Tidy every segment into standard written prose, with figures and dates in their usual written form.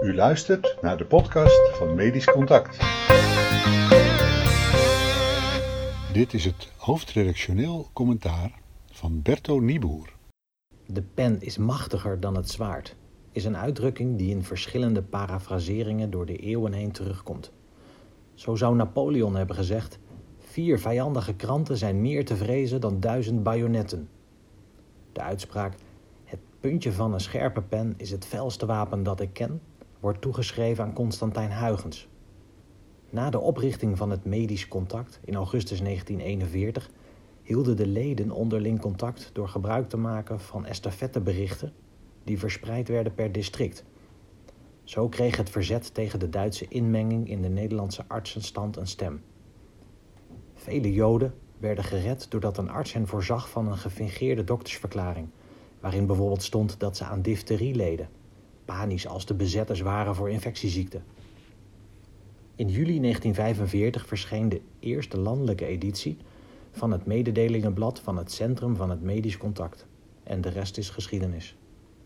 U luistert naar de podcast van Medisch Contact. Dit is het hoofdredactioneel commentaar van Berto Nieboer. De pen is machtiger dan het zwaard, is een uitdrukking die in verschillende parafraseringen door de eeuwen heen terugkomt. Zo zou Napoleon hebben gezegd: 4 vijandige kranten zijn meer te vrezen dan 1000 bajonetten. De uitspraak "het puntje van een scherpe pen is het felste wapen dat ik ken" wordt toegeschreven aan Constantijn Huygens. Na de oprichting van het Medisch Contact in augustus 1941 hielden de leden onderling contact door gebruik te maken van estafetteberichten die verspreid werden per district. Zo kreeg het verzet tegen de Duitse inmenging in de Nederlandse artsenstand een stem. Vele Joden werden gered doordat een arts hen voorzag van een gefingeerde doktersverklaring, waarin bijvoorbeeld stond dat ze aan difterie leden, panisch als de bezetters waren voor infectieziekten. In juli 1945 verscheen de eerste landelijke editie van het mededelingenblad van het Centrum van het Medisch Contact. En de rest is geschiedenis.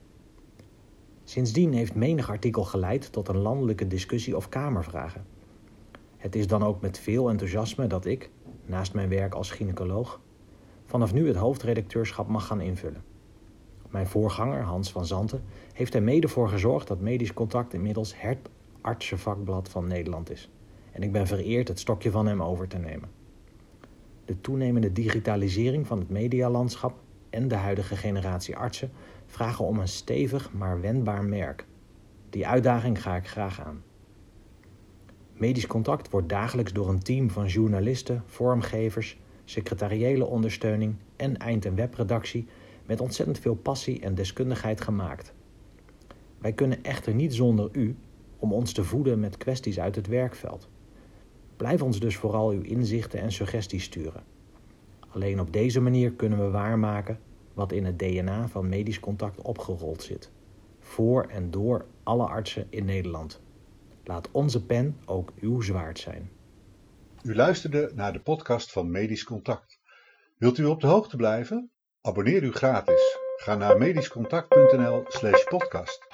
Sindsdien heeft menig artikel geleid tot een landelijke discussie of kamervragen. Het is dan ook met veel enthousiasme dat ik, naast mijn werk als gynaecoloog, vanaf nu het hoofdredacteurschap mag gaan invullen. Mijn voorganger, Hans van Zanten, heeft er mede voor gezorgd dat Medisch Contact inmiddels het artsenvakblad van Nederland is. En ik ben vereerd het stokje van hem over te nemen. De toenemende digitalisering van het medialandschap en de huidige generatie artsen vragen om een stevig maar wendbaar merk. Die uitdaging ga ik graag aan. Medisch Contact wordt dagelijks door een team van journalisten, vormgevers, secretariële ondersteuning en eind- en webredactie met ontzettend veel passie en deskundigheid gemaakt. Wij kunnen echter niet zonder u om ons te voeden met kwesties uit het werkveld. Blijf ons dus vooral uw inzichten en suggesties sturen. Alleen op deze manier kunnen we waarmaken wat in het DNA van Medisch Contact opgerold zit. Voor en door alle artsen in Nederland. Laat onze pen ook uw zwaard zijn. U luisterde naar de podcast van Medisch Contact. Wilt u op de hoogte blijven? Abonneer u gratis. Ga naar medischcontact.nl/podcast.